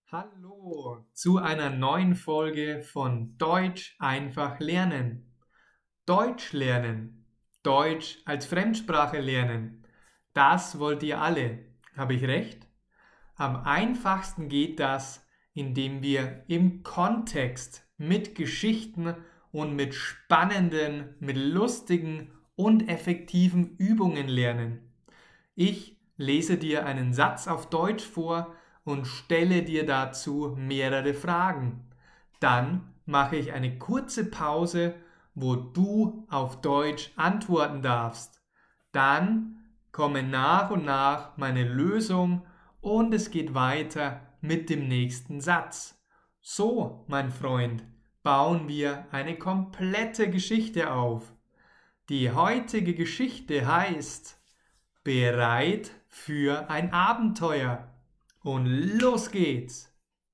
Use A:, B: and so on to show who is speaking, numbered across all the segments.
A: Hallo zu einer neuen Folge von Deutsch einfach lernen. Deutsch lernen, Deutsch als Fremdsprache lernen. Das wollt ihr alle. Habe ich recht? Am einfachsten geht das, indem wir im Kontext mit Geschichten und mit spannenden, mit lustigen und effektiven Übungen lernen. Ich lese dir einen Satz auf Deutsch vor und stelle dir dazu mehrere Fragen. Dann mache ich eine kurze Pause, wo du auf Deutsch antworten darfst. Dann kommen nach und nach meine Lösung und es geht weiter mit dem nächsten Satz. So, mein Freund, bauen wir eine komplette Geschichte auf. Die heutige Geschichte heißt Bereit für ein Abenteuer. Und los geht's.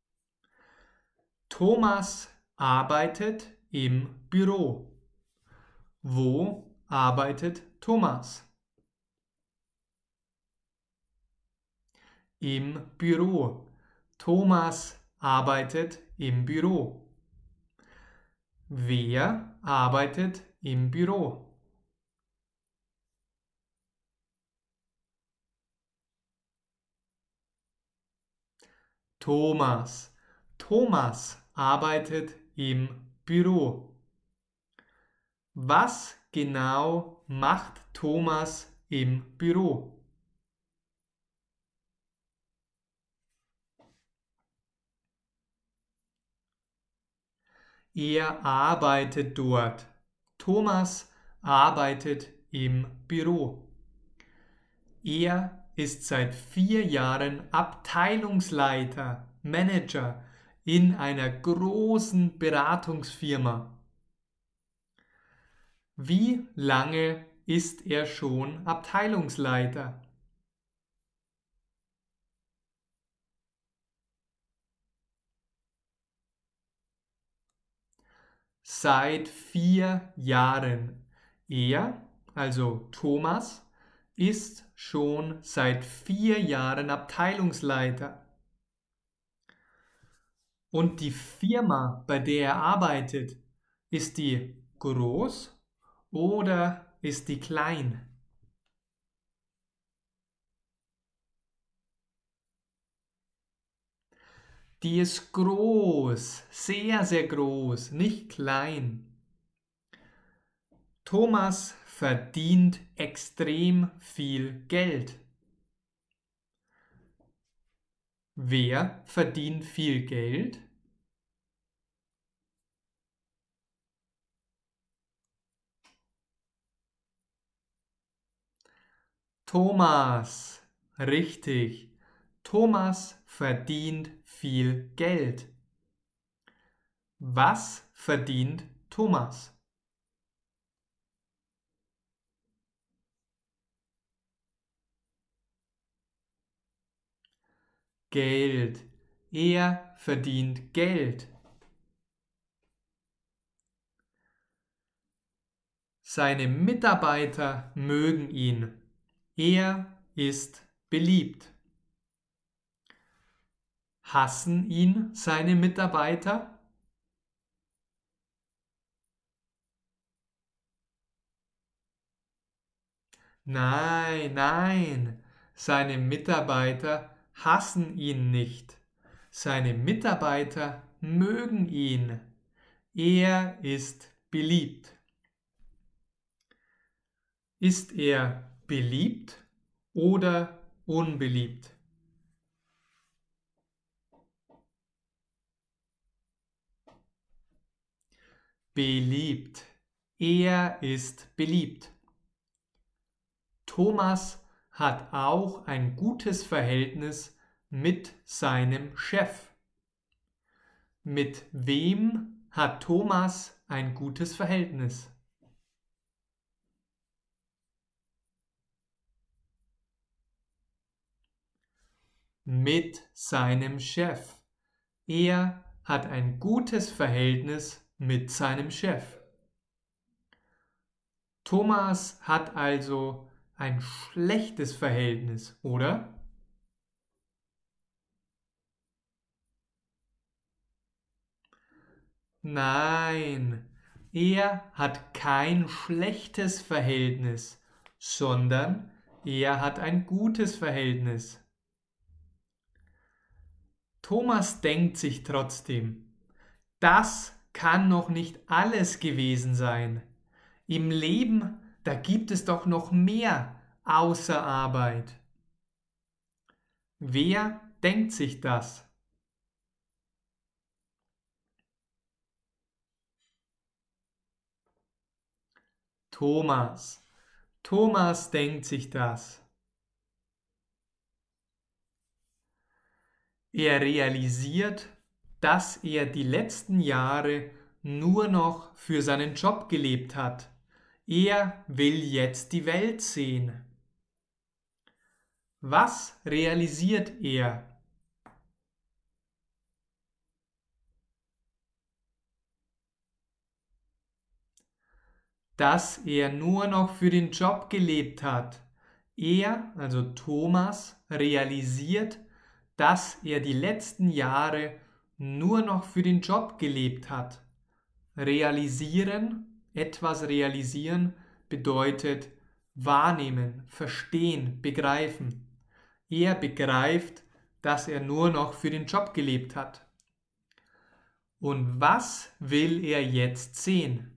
A: Thomas arbeitet im Büro. Wo arbeitet Thomas? Im Büro. Thomas arbeitet im Büro. Wer arbeitet im Büro? Thomas. Thomas arbeitet im Büro. Was genau macht Thomas im Büro? Er arbeitet dort. Thomas arbeitet im Büro. Er ist seit 4 Jahren Abteilungsleiter, Manager in einer großen Beratungsfirma. Wie lange ist er schon Abteilungsleiter? Seit 4 Jahren. Er, also Thomas, ist schon seit 4 Jahren Abteilungsleiter. Und die Firma, bei der er arbeitet, ist die groß oder ist die klein? Die ist groß, sehr, sehr groß, nicht klein. Thomas verdient extrem viel Geld. Wer verdient viel Geld? Thomas. Richtig. Thomas verdient viel Geld. Was verdient Thomas? Geld. Er verdient Geld. Seine Mitarbeiter mögen ihn. Er ist beliebt. Hassen ihn seine Mitarbeiter? Nein, nein. Seine Mitarbeiter hassen ihn nicht. Seine Mitarbeiter mögen ihn. Er ist beliebt. Ist er beliebt oder unbeliebt? Beliebt. Er ist beliebt. Thomas hat auch ein gutes Verhältnis mit seinem Chef. Mit wem hat Thomas ein gutes Verhältnis? Mit seinem Chef. Er hat ein gutes Verhältnis mit seinem Chef. Thomas hat also ein schlechtes Verhältnis, oder? Nein, er hat kein schlechtes Verhältnis, sondern er hat ein gutes Verhältnis. Thomas denkt sich trotzdem, das kann noch nicht alles gewesen sein. Im Leben, da gibt es doch noch mehr außer Arbeit. Wer denkt sich das? Thomas. Thomas denkt sich das. Er realisiert, dass er die letzten Jahre nur noch für seinen Job gelebt hat. Er will jetzt die Welt sehen. Was realisiert er? Dass er nur noch für den Job gelebt hat. Er, also Thomas, realisiert, dass er die letzten Jahre nur noch für den Job gelebt hat. Realisieren, etwas realisieren, bedeutet wahrnehmen, verstehen, begreifen. Er begreift, dass er nur noch für den Job gelebt hat. Und was will er jetzt sehen?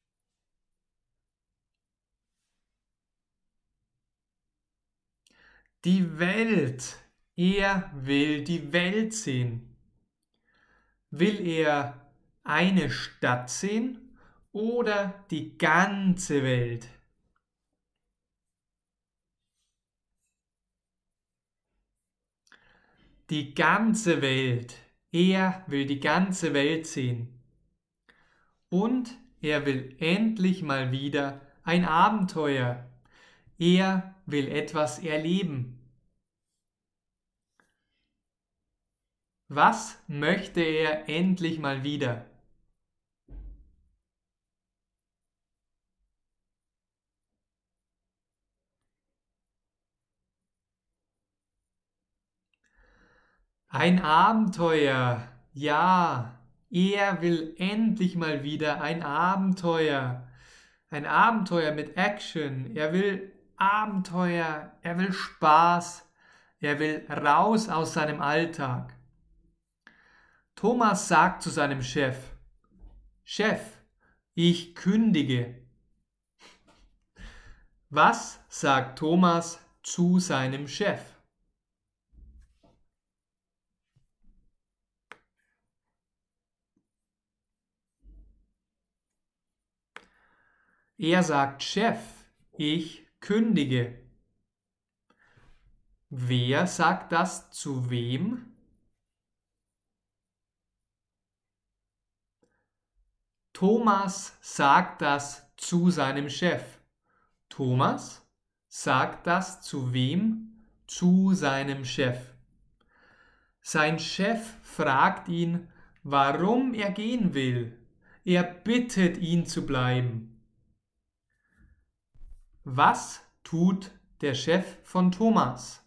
A: Die Welt. Er will die Welt sehen. Will er eine Stadt sehen oder die ganze Welt? Die ganze Welt. Er will die ganze Welt sehen. Und er will endlich mal wieder ein Abenteuer. Er will etwas erleben. Was möchte er endlich mal wieder? Ein Abenteuer. Ja, er will endlich mal wieder ein Abenteuer. Ein Abenteuer mit Action. Er will Abenteuer. Er will Spaß. Er will raus aus seinem Alltag. Thomas sagt zu seinem Chef, Chef, ich kündige. Was sagt Thomas zu seinem Chef? Er sagt, Chef, ich kündige. Wer sagt das zu wem? Thomas sagt das zu seinem Chef. Thomas sagt das zu wem? Zu seinem Chef. Sein Chef fragt ihn, warum er gehen will. Er bittet ihn zu bleiben. Was tut der Chef von Thomas?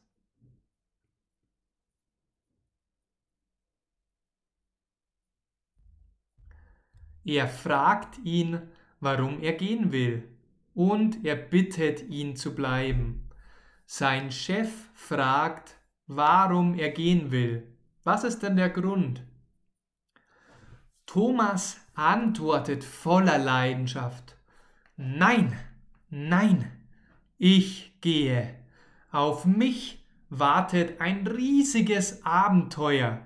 A: Er fragt ihn, warum er gehen will, und er bittet ihn zu bleiben. Sein Chef fragt, warum er gehen will. Was ist denn der Grund? Thomas antwortet voller Leidenschaft. Nein, nein, ich gehe. Auf mich wartet ein riesiges Abenteuer.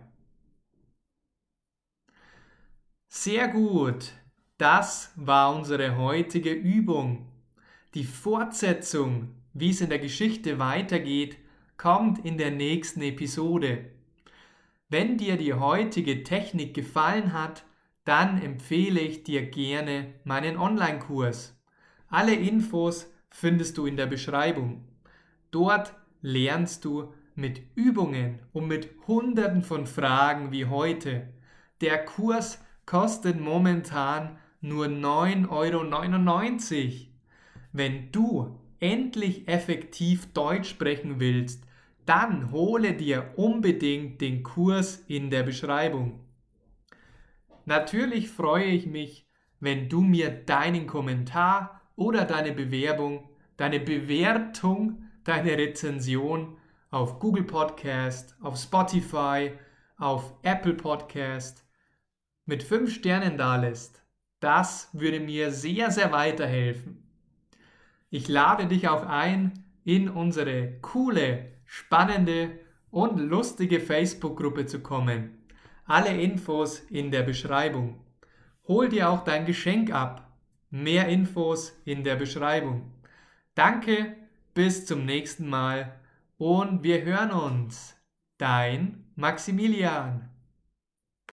A: Sehr gut. Das war unsere heutige Übung. Die Fortsetzung, wie es in der Geschichte weitergeht, kommt in der nächsten Episode. Wenn dir die heutige Technik gefallen hat, dann empfehle ich dir gerne meinen Online-Kurs. Alle Infos findest du in der Beschreibung. Dort lernst du mit Übungen und mit Hunderten von Fragen wie heute. Der Kurs kostet momentan nur 9,99 €. Wenn du endlich effektiv Deutsch sprechen willst, dann hole dir unbedingt den Kurs in der Beschreibung. Natürlich freue ich mich, wenn du mir deinen Kommentar oder deine Bewerbung, deine Bewertung, deine Rezension auf Google Podcast, auf Spotify, auf Apple Podcast mit 5 Sternen dalässt. Das würde mir sehr, sehr weiterhelfen. Ich lade dich auch ein, in unsere coole, spannende und lustige Facebook-Gruppe zu kommen. Alle Infos in der Beschreibung. Hol dir auch dein Geschenk ab. Mehr Infos in der Beschreibung. Danke, bis zum nächsten Mal und wir hören uns. Dein Maximilian.